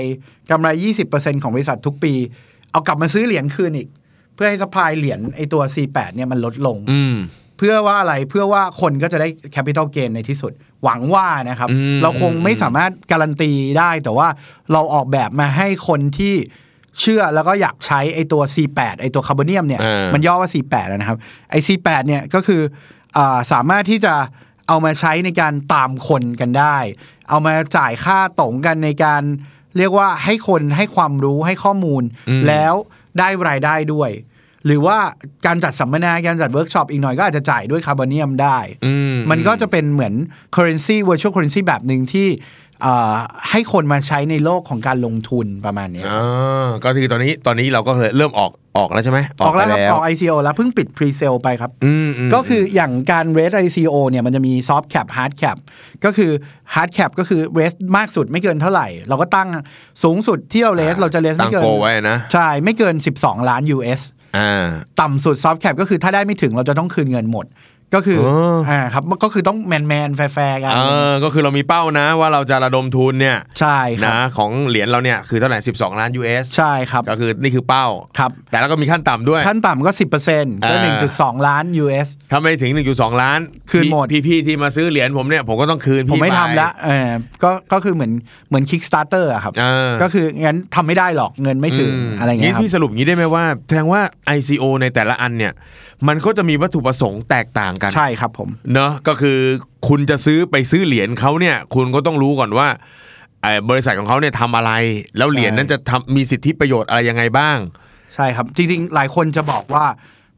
20% ของบริษัททุกปีเอากลับมาซื้อเหรียญคืนอีกเพื่อให้ซัพพลายเหรียญไอ้ตัว C8 เนี่ยมันลดลงเพื่อว่าอะไรเพื่อว่าคนก็จะได้ capital gain ในที่สุดหวังว่านะครับเราคงไม่สามารถการันตีได้แต่ว่าเราออกแบบมาให้คนที่เชื่อแล้วก็อยากใช้ไอ้ตัว C8 ไอ้ตัวคาร์บอเนียมเนี่ยมันย่อว่า C8 นะครับไอ้ C8 เนี่ยก็คือสามารถที่จะเอามาใช้ในการตามคนกันได้เอามาจ่ายค่าตรงกันในการเรียกว่าให้คนให้ความรู้ให้ข้อมูลแล้วได้รายได้ด้วยหรือว่าการจัดสัมมนาการจัดเวิร์กช็อปอีกหน่อยก็อาจจะจ่ายด้วยคาร์บอเนียมได้มันก็จะเป็นเหมือน currency virtual currency แบบหนึ่งที่ให้คนมาใช้ในโลกของการลงทุนประมาณนี้ก็คือตอนนี้เราก็เริ่มออกแล้วใช่ไหมออกแล้วครับออก ICO แล้วเพิ่งปิด pre-sale ไปครับก็คืออย่างการ raise ICO เนี่ยมันจะมี soft cap hard cap ก็คือ hard cap ก็คือ raise มากสุดไม่เกินเท่าไหร่เราก็ตั้งสูงสุดที่เรา raise เราจะ raise ไม่เกินตั้งโกไว้นะใช่ไม่เกิน12 ล้าน USต่ำสุด soft cap ก็คือถ้าได้ไม่ถึงเราจะต้องคืนเงินหมดก็คือครับก็คือต้องแมนแฟร์กันก็คือเรามีเป้านะว่าเราจะระดมทุนเนี่ยใช่ครับนะของเหรียญเราเนี่ยคือเท่าไหร่12 ล้าน US ใช่ครับก็คือนี่คือเป้าครับแต่แล้วก็มีขั้นต่ำด้วยขั้นต่ำก็ 10% ก็ 1.2 ล้าน US ถ้าไม่ถึง 1.2 ล้านคืนหมดพี่ที่มาซื้อเหรียญผมเนี่ยผมก็ต้องคืนผมไม่ทำละก็คือเหมือน Kickstarter อะครับก็คืองั้นทำไม่ได้หรอกเงินไม่ถึงอะไรเงี้ยครับพี่สรุปงี้ได้ไหมว่าแสดงว่า ICO ในแต่ละอันเนี่ยมันก็จะมีวัตถุประสงค์แตกต่างกันใช่ครับผมเนอะก็คือคุณจะไปซื้อเหรียญเขาเนี่ยคุณก็ต้องรู้ก่อนว่าบริษัทของเขาเนี่ยทำอะไรแล้วเหรียญนั้นจะมีสิทธิประโยชน์อะไรยังไงบ้างใช่ครับจริงๆหลายคนจะบอกว่า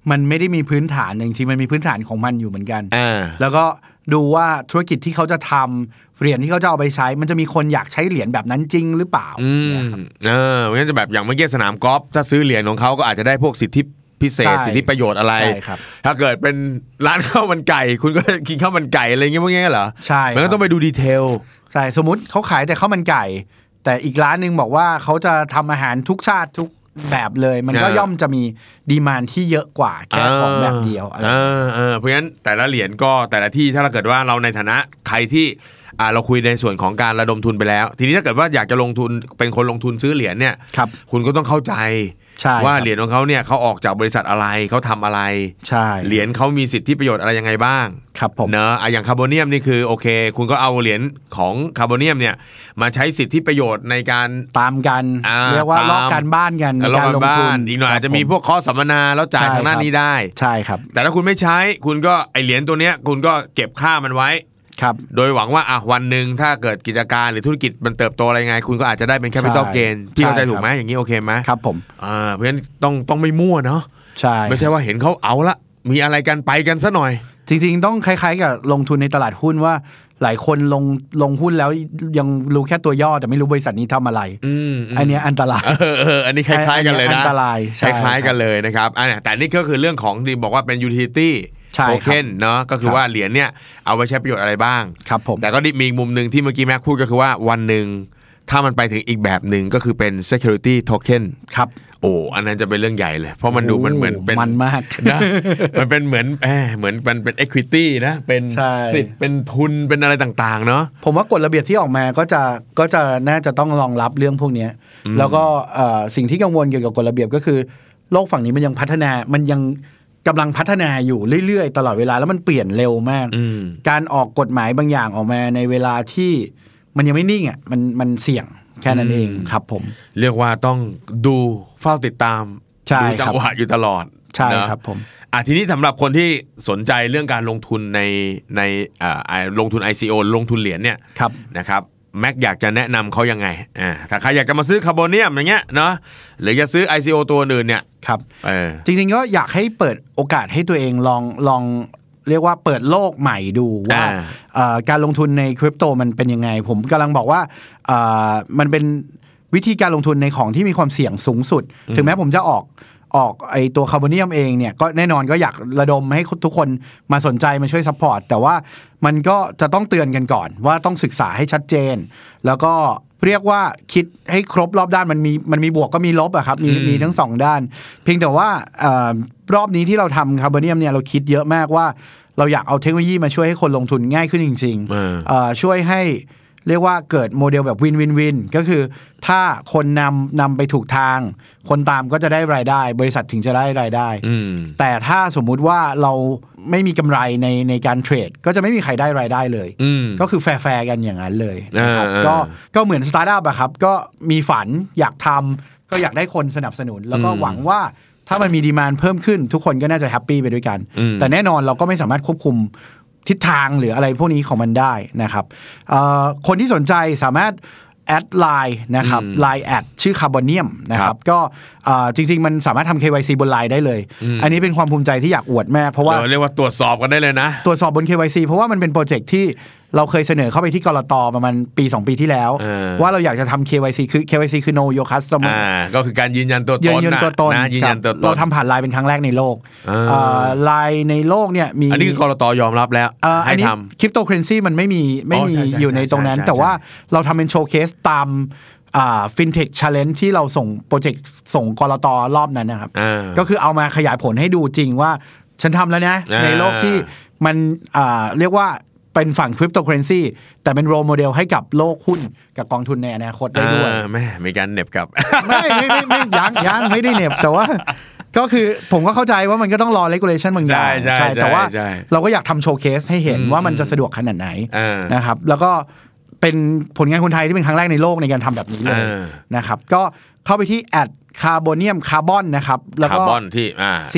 มันไม่ได้มีพื้นฐานจริงๆมันมีพื้นฐานของมันอยู่เหมือนกันแล้วก็ดูว่าธุรกิจที่เขาจะทำเหรียญที่เขาจะเอาไปใช้มันจะมีคนอยากใช้เหรียญแบบนั้นจริงหรือเปล่าเพราะฉะนั้นจะแบบอย่างเมื่อกี้สนามกอล์ฟถ้าซื้อเหรียญของเขาก็อาจจะได้พวกสิทธิพิเศษสิทธิประโยชน์อะไรถ้าเกิดเป็นร้านข้าวมันไก่คุณก็กินข้าวมันไก่อะไรเงี้ยพวกนี้เหรอใช่มันก็ต้องไปดูดีเทลใช่สมมุติเขาขายแต่ข้าวมันไก่แต่อีกร้านนึงบอกว่าเขาจะทำอาหารทุกชาติทุกแบบเลยมันก็ย่อมจะมีดีมานด์ที่เยอะกว่าแค่ของแบบเดียวอะไรเพราะฉะนั้นแต่ละเหรียญก็แต่ละที่ถ้าเราเกิดว่าเราในฐานะใครที่เราคุยในส่วนของการระดมทุนไปแล้วทีนี้ถ้าเกิดว่าอยากจะลงทุนเป็นคนลงทุนซื้อเหรียญเนี่ยคุณก็ต้องเข้าใจว่าเหรียญของเขาเนี่ยเขาออกจากบริษัทอะไรเขาทำอะไรเหรียญเขามีสิทธิประโยชน์อะไรยังไงบ้างครับผมเนอะอย่างคาร์โบเนียมนี่คือโอเคคุณก็เอาเหรียญของคาร์โบเนียมเนี่ยมาใช้สิทธิประโยชน์ในการตามกันเรียกว่าลอกการบ้านกันในการลงทุนอีกหน่อยอาจจะมีพวกข้อสัมมนาแล้วจ่ายทางด้านนี้ได้ใช่ครับแต่ถ้าคุณไม่ใช้คุณก็ไอเหรียญตัวเนี้ยคุณก็เก็บค่ามันไว้โดยหวังว่าวันหนึ่งถ้าเกิดกิจการหรือธุรกิจมันเติบโตอะไรไงคุณก็อาจจะได้เป็นแคปิตอลเกนที่เข้าใจถูกไหมอย่างนี้โอเคไหมครับผมเพราะฉะนั้นต้องไม่มั่วเนาะใช่ไม่ใช่ว่าเห็นเขาเอาละมีอะไรกันไปกันซะหน่อยจริงๆต้องคล้ายๆกับลงทุนในตลาดหุ้นว่าหลายคนลงหุ้นแล้วยังรู้แค่ตัวย่อแต่ไม่รู้บริษัทนี้ทำอะไรอันนี้อันตรายอันนี้คล้ายๆกันเลยนะอันตรายคล้ายๆกันเลยนะครับแต่นี่ก็คือเรื่องของที่บอกว่าเป็น utilityโทเค็นเนาะก็คือว่าเหรียญเนี่ยเอาไว้ใช้ประโยชน์อะไรบ้างครับผมแต่ก็มีอีกมุมนึงที่เมื่อกี้แม็กพูดก็คือว่าวันหนึ่งถ้ามันไปถึงอีกแบบหนึ่งก็คือเป็น security token ครับอันนั้นจะเป็นเรื่องใหญ่เลยเพราะมันดูมันเหมือนเป็นมันมากนะมันเป็นเหมือนมันเป็น equity นะเป็นสิทธิ์เป็นทุนเป็นอะไรต่างๆเนาะผมว่ากฎระเบียบที่ออกมาก็จะน่าจะต้องรองรับเรื่องพวกนี้แล้วก็สิ่งที่กังวลเกี่ยวกับกฎระเบียบก็คือโลกฝั่งนี้มันยังพัฒนามันยังกำลังพัฒนาอยู่เรื่อยๆตลอดเวลาแล้วมันเปลี่ยนเร็วมากการออกกฎหมายบางอย่างออกมาในเวลาที่มันยังไม่นิ่งมันเสี่ยงแค่นั้นเองครับผมเรียกว่าต้องดูเฝ้าติดตามดูจังหวะอยู่ตลอดใช่ครับผมทีนี้สำหรับคนที่สนใจเรื่องการลงทุนในลงทุน ICO ลงทุนเหรียญเนี่ยนะครับแม็กอยากจะแนะนำเขายังไงถ้าใครอยากจะมาซื้อคาร์โบเนียมอย่างเงี้ยเนาะหรือจะซื้อ ICO ตัวอื่นเนี่ยครับจริงๆก็อยากให้เปิดโอกาสให้ตัวเองลองเรียกว่าเปิดโลกใหม่ดูว่าการลงทุนในคริปโตมันเป็นยังไงผมกำลังบอกว่ามันเป็นวิธีการลงทุนในของที่มีความเสี่ยงสูงสุดถึงแม้ผมจะออกไอตัวคาร์โบเนียมเองเนี่ยก็แน่นอนก็อยากระดมให้ทุกคนมาสนใจมาช่วยซัพพอร์ตแต่ว่ามันก็จะต้องเตือนกันก่อนว่าต้องศึกษาให้ชัดเจนแล้วก็เรียกว่าคิดให้ครบรอบด้านมันมีบวกก็มีลบอะครับมีทั้งสองด้านเพียงแต่ว่ารอบนี้ที่เราทำคาร์โบเนียมเนี่ยเราคิดเยอะมากว่าเราอยากเอาเทคโนโลยีมาช่วยให้คนลงทุนง่ายขึ้นจริงๆช่วยให้เรียกว่าเกิดโมเดลแบบวินก็คือถ้าคนนำไปถูกทางคนตามก็จะได้รายได้บริษัทถึงจะได้รายได้แต่ถ้าสมมุติว่าเราไม่มีกำไรในการเทรดก็จะไม่มีใครได้รายได้เลยก็คือแฟร์กันอย่างนั้นเลยนะครับก็เหมือนสตาร์ทอัพอะครับก็มีฝันอยากทำก็อยากได้คนสนับสนุนแล้วก็หวังว่าถ้ามันมีดีมานด์เพิ่มขึ้นทุกคนก็น่าจะแฮปปี้ไปด้วยกันแต่แน่นอนเราก็ไม่สามารถควบคุมทิศทางหรืออะไรพวกนี้ของมันได้นะครับคนที่สนใจสามารถแอดไลน์นะครับไลน์แอดชื่อคาร์บอเนียมนะครับก็จริงๆมันสามารถทำ KYC บนไลน์ได้เลยอันนี้เป็นความภูมิใจที่อยากอวดมากเพราะว่าเรียกว่าตรวจสอบกันได้เลยนะตรวจสอบบน KYC เพราะว่ามันเป็นโปรเจกต์ที่เราเคยเสนอเข้าไปที่กลต.ประมาณปี2ปีที่แล้วว่าเราอยากจะทำ KYC คือ KYC คือ Know Your Customer ก็คือการยืนยันตัวตนยืนยันตัวตนเราทำผ่านไลน์เป็นครั้งแรกในโลกไลน์ในโลกเนี่ยมีอันนี้คือกลต.ยอมรับแล้วให้ทำคริปโตเคอเรนซีมันไม่มีอยู่ในตรงนั้นแต่ว่าเราทำเป็นโชว์เคสตามFinTech Challenge ที่เราส่งโปรเจกต์ส่งกลต.รอบนั้นนะครับก็คือเอามาขยายผลให้ดูจริงว่าฉันทำแล้วนะในโลกที่มันเรียกว่าเป็นฝั่งคริปโตเคอเรนซีแต่เป็นโรลโมเดลให้กับโลกหุ้นกับกองทุนในอนาคตได้ด้วยแม่มีการเหน็บกับไม่ยังไม่ได้เหน็บแต่ว่าก็คือผมก็เข้าใจว่ามันก็ต้องรอ regulation บางอย่างใช่แต่ว่าเราก็อยากทำโชว์เคสให้เห็นว่ามันจะสะดวกขนาดไหนนะครับแล้วก็เป็นผลงานคนไทยที่เป็นครั้งแรกในโลกในการทำแบบนี้เลยนะครับก็เข้าไปที่คาร์โบเนียมคาร์บอนนะครับแล้วก็ Carbon ที่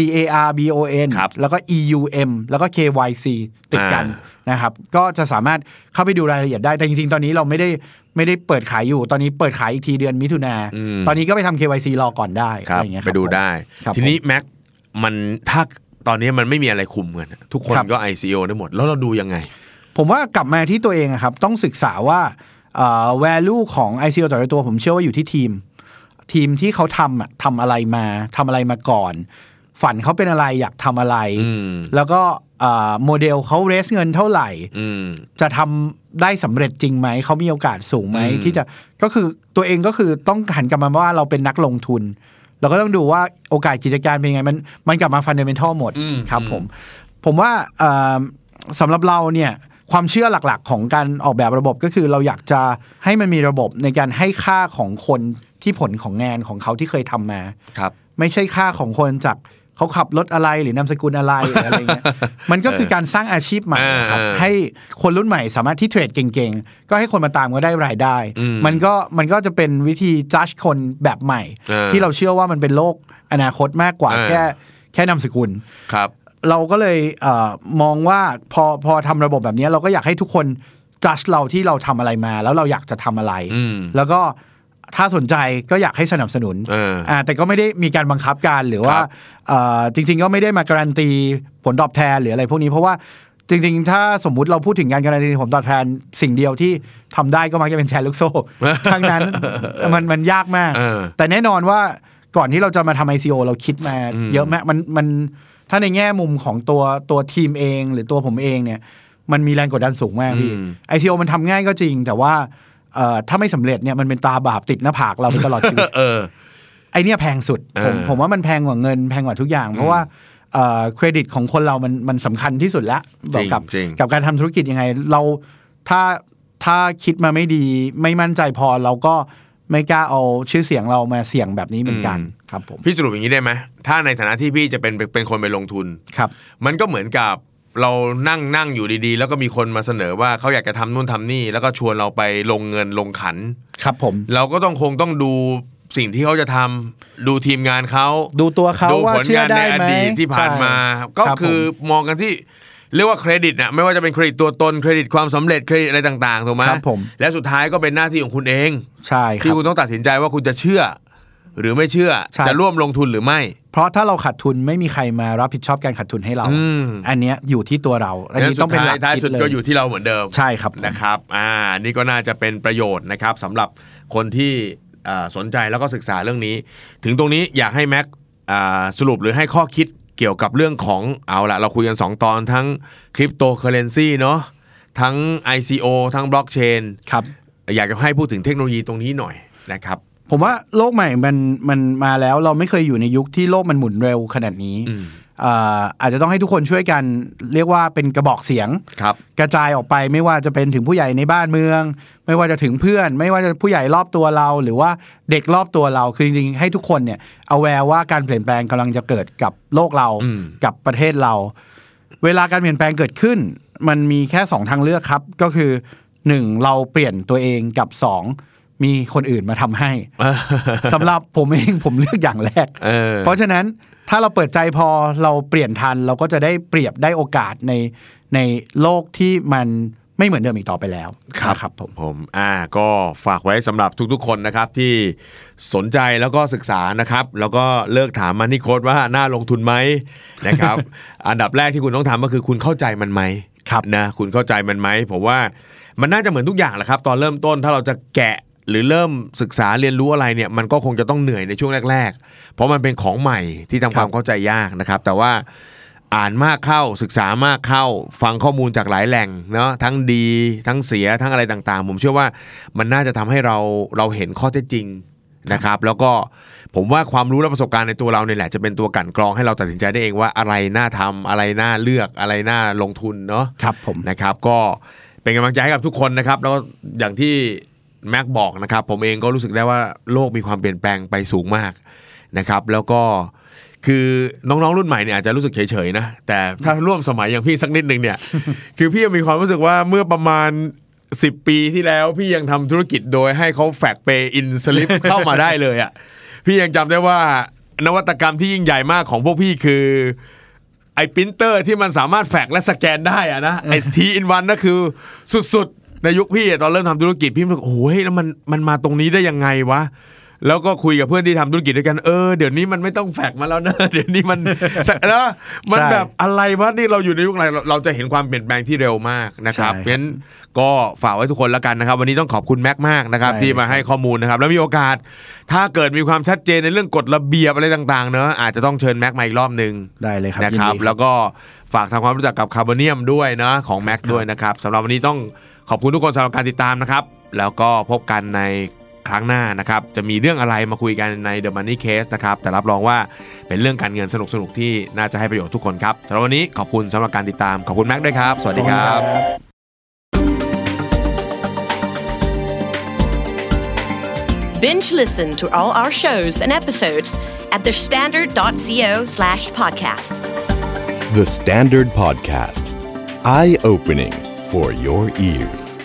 CARBON แล้วก็ EUM แล้วก็ KYC ติดกันนะครับก็จะสามารถเข้าไปดูรายละเอียดได้แต่จริงๆตอนนี้เราไม่ได้เปิดขายอยู่ตอนนี้เปิดขายอีกทีเดือนมิถุนาตอนนี้ก็ไปทำ KYC รอก่อนได้อะไรอย่างเงี้ยไปดูได้ทีนี้แม็กมันถ้าตอนนี้มันไม่มีอะไรคุมกันทุกคนก็ ICO ได้หมดแล้วเราดูยังไงผมว่ากลับมาที่ตัวเองครับต้องศึกษาว่าvalue ของ ICO แต่ละตัวผมเชื่อว่าอยู่ที่ทีมที่เขาทำอะไรมาก่อนฝันเขาเป็นอะไรอยากทำอะไรแล้วก็โมเดลเขาเรสเงินเท่าไหร่จะทำได้สำเร็จจริงไหมเขามีโอกาสสูงไหมที่จะก็คือตัวเองก็คือต้องหันกลับมาว่าเราเป็นนักลงทุนเราก็ต้องดูว่าโอกาสกิจการเป็นยังไงมันกลับมาฟันเดเมนทัลหมดครับผมว่าสำหรับเราเนี่ยความเชื่อหลักๆของการออกแบบระบบก็คือเราอยากจะให้มันมีระบบในการให้ค่าของคนที่ผลของงานของเขาที่เคยทำมาไม่ใช่ค่าของคนจากเขาขับรถอะไรหรือนามสกุลอะไรอะไรเงี้ยมันก็คือการสร้างอาชีพใหม่ครับให้คนรุ่นใหม่สามารถที่เทรดเก่งๆก็ให้คนมาตามก็ได้รายได้มันก็จะเป็นวิธีจัดคนแบบใหม่ที่เราเชื่อว่ามันเป็นโลกอนาคตมากกว่าแค่นามสกุลครับเราก็เลยมองว่าพอทำระบบแบบนี้เราก็อยากให้ทุกคนจัดเราที่เราทำอะไรมาแล้วเราอยากจะทำอะไรแล้วก็ถ้าสนใจก็อยากให้สนับสนุนแต่ก็ไม่ได้มีการบังคับการหรือว่าจริงๆก็ไม่ได้มาการันตีผลตอบแทนหรืออะไรพวกนี้เพราะว่าจริงๆถ้าสมมุติเราพูดถึงการการันตีผลตอบแทนสิ่งเดียวที่ทำได้ก็มักจะเป็นแชร์ลูกโซ่ ทั้งนั้นมันยากมากแต่แน่นอนว่าก่อนที่เราจะมาทำ ICO เราคิดมาเยอะมากมันถ้าในแง่มุมของตัวทีมเองหรือตัวผมเองเนี่ยมันมีแรงกดดันสูงมากพี่ ICO มันทำง่ายก็จริงแต่ว่าถ้าไม่สำเร็จเนี่ยมันเป็นตาบาปติดหน้าผากเราไปตลอดชีวิตไอเนี่ยแพงสุดผมว่ามันแพงกว่าเงินแพงกว่าทุกอย่างเพราะว่าเครดิตของคนเรามันสำคัญที่สุดแล้วกับการทำธุรกิจยังไงเราถ้าคิดมาไม่ดีไม่มั่นใจพอเราก็ไม่กล้าเอาชื่อเสียงเรามาเสี่ยงแบบนี้เหมือนกันครับผมพี่สรุปอย่างนี้ได้ไหมถ้าในฐานะที่พี่จะเป็นคนไปลงทุนครับมันก็เหมือนกับเรานั่งอยู่ดีๆแล้วก็มีคนมาเสนอว่าเขาอยากจะทำนู่นทำนี่แล้วก็ชวนเราไปลงเงินลงขันครับผมเราก็ต้องดูสิ่งที่เขาจะทำดูทีมงานเขาดูตัวเขาว่าเชื่อได้ไหมที่ผ่านมาก็คือมองกันที่เรียกว่าเครดิตนะไม่ว่าจะเป็นเครดิตตัวตนเครดิตความสำเร็จเครดิตอะไรต่างๆถูกไหมครับผมและสุดท้ายก็เป็นหน้าที่ของคุณเองใช่ที่คุณต้องตัดสินใจว่าคุณจะเชื่อหรือไม่เชื่อจะร่วมลงทุนหรือไม่เพราะถ้าเราขาดทุนไม่มีใครมารับผิดชอบการขาดทุนให้เราอันนี้อยู่ที่ตัวเราอันนี้ต้องเป็นหลักท้ายสุดก็อยู่ที่เราเหมือนเดิมใช่ครับนะครับนี่ก็น่าจะเป็นประโยชน์นะครับสำหรับคนที่สนใจแล้วก็ศึกษาเรื่องนี้ถึงตรงนี้อยากให้แม็กสรุปหรือให้ข้อคิดเกี่ยวกับเรื่องของเอาละเราคุยกัน2ตอนทั้งคริปโตเคอเรนซีเนาะทั้ง ICO ทั้งบล็อกเชนครับอยากจะให้พูดถึงเทคโนโลยีตรงนี้หน่อยนะครับผมว่าโลกใหม่มันมาแล้วเราไม่เคยอยู่ในยุคที่โลกมันหมุนเร็วขนาดนี้อาจจะต้องให้ทุกคนช่วยกันเรียกว่าเป็นกระบอกเสียงกระจายออกไปไม่ว่าจะเป็นถึงผู้ใหญ่ในบ้านเมืองไม่ว่าจะถึงเพื่อนไม่ว่าจะผู้ใหญ่รอบตัวเราหรือว่าเด็กรอบตัวเราคือจริงๆให้ทุกคนเนี่ยเอาแวร์ว่าการเปลี่ยนแปลงกำลังจะเกิดกับโลกเรากับประเทศเราเวลาการเปลี่ยนแปลงเกิดขึ้นมันมีแค่2ทางเลือกครับก็คือ1เราเปลี่ยนตัวเองกับ2มีคนอื่นมาทำให้ สำหรับผมเองผมเลือกอย่างแรกเพราะฉะนั้นถ้าเราเปิดใจพอเราเปลี่ยนทันเราก็จะได้เปรียบได้โอกาสในโลกที่มันไม่เหมือนเดิมอีกต่อไปแล้วครับผมก็ฝากไว้สำหรับทุกๆคนนะครับที่สนใจแล้วก็ศึกษานะครับแล้วก็เลิกถามมันนี่โค้ดว่าน่าลงทุนไหมนะครับ อันดับแรกที่คุณต้องทำก็คือคุณเข้าใจมันไหมนะคุณเข้าใจมันไหมผมว่ามันน่าจะเหมือนทุกอย่างแหละครับตอนเริ่มต้นถ้าเราจะแกะหรือเริ่มศึกษาเรียนรู้อะไรเนี่ยมันก็คงจะต้องเหนื่อยในช่วงแรกๆเพราะมันเป็นของใหม่ที่ทำความเข้าใจยากนะครับแต่ว่าอ่านมากเข้าศึกษามากเข้าฟังข้อมูลจากหลายแหล่งเนาะทั้งดีทั้งเสียทั้งอะไรต่างๆผมเชื่อว่ามันน่าจะทำให้เราเห็นข้อเท็จจริงนะครับแล้วก็ผมว่าความรู้และประสบการณ์ในตัวเราเนี่ยแหละจะเป็นตัวกลั่นกรองให้เราตัดสินใจได้เองว่าอะไรน่าทำอะไรน่าเลือกอะไรน่าลงทุนเนาะครับผมนะครับก็เป็นกำลังใจให้กับทุกคนนะครับแล้วอย่างที่แม็กบอกนะครับผมเองก็รู้สึกได้ว่าโลกมีความเปลี่ยนแปลงไปสูงมากนะครับแล้วก็คือน้องๆรุ่นใหม่เนี่ยอาจจะรู้สึกเฉยๆนะแต่ถ้าร่วมสมัยอย่างพี่สักนิดนึงเนี่ย คือพี่มีความรู้สึกว่าเมื่อประมาณ10 ปีที่แล้วพี่ยังทำธุรกิจโดยให้เขาแฟกซ์เปย์อินสลิปเข้ามาได้เลยอ่ะพี่ยังจำได้ว่านวัตกรรมที่ยิ่งใหญ่มากของพวกพี่คือไอ้ปรินเตอร์ที่มันสามารถแฟกซ์และสแกนได้อะนะไอ้ T-in-1 นั่นคือสุดๆในยุคพี่ตอนเริ่มทำธุรกิจพี่รู้สึกโอ้ยแล้วมันมาตรงนี้ได้ยังไงวะแล้วก็คุยกับเพื่อนที่ทำธุรกิจด้วยกันเดี๋ยวนี้มันไม่ต้องแฟกมาแล้วนะ เดี๋ยวนี้มันนะมันแบบอะไรวะนี่เราอยู่ในยุคไหนเราจะเห็นความเปลี่ยนแปลงที่เร็วมากนะครับเพราะฉะนั้นก็ฝากไว้ทุกคนแล้วกันนะครับวันนี้ต้องขอบคุณแม็กมากนะครับที่มาให้ข้อมูลนะครับแล้วมีโอกาสถ้าเกิดมีความชัดเจนในเรื่องกฎระเบียบอะไรต่างๆเนอะอาจจะต้องเชิญแม็กมาอีกรอบนึงได้เลยครับนะครับแล้วก็ฝากทำความรู้จักกับคาร์บอเนียมด้วยนะของแม็กด้วยนะครับสำหรับวันนี้ต้องขอบคุณทุกคนสำหรับการติดตามนะครับแล้วก็พบกันในครั้งหน้านะครับจะมีเรื่องอะไรมาคุยกันใน The Money Case นะครับแต่รับรองว่าเป็นเรื่องการเงินสนุกๆที่น่าจะให้ประโยชน์ทุกคนครับสำหรับวันนี้ขอบคุณสำหรับการติดตามขอบคุณแม็กด้วยครับสวัสดีครับ Binge listen to all our shows and episodes at thestandard.co/podcast. The Standard Podcast. Eye-opening for your ears.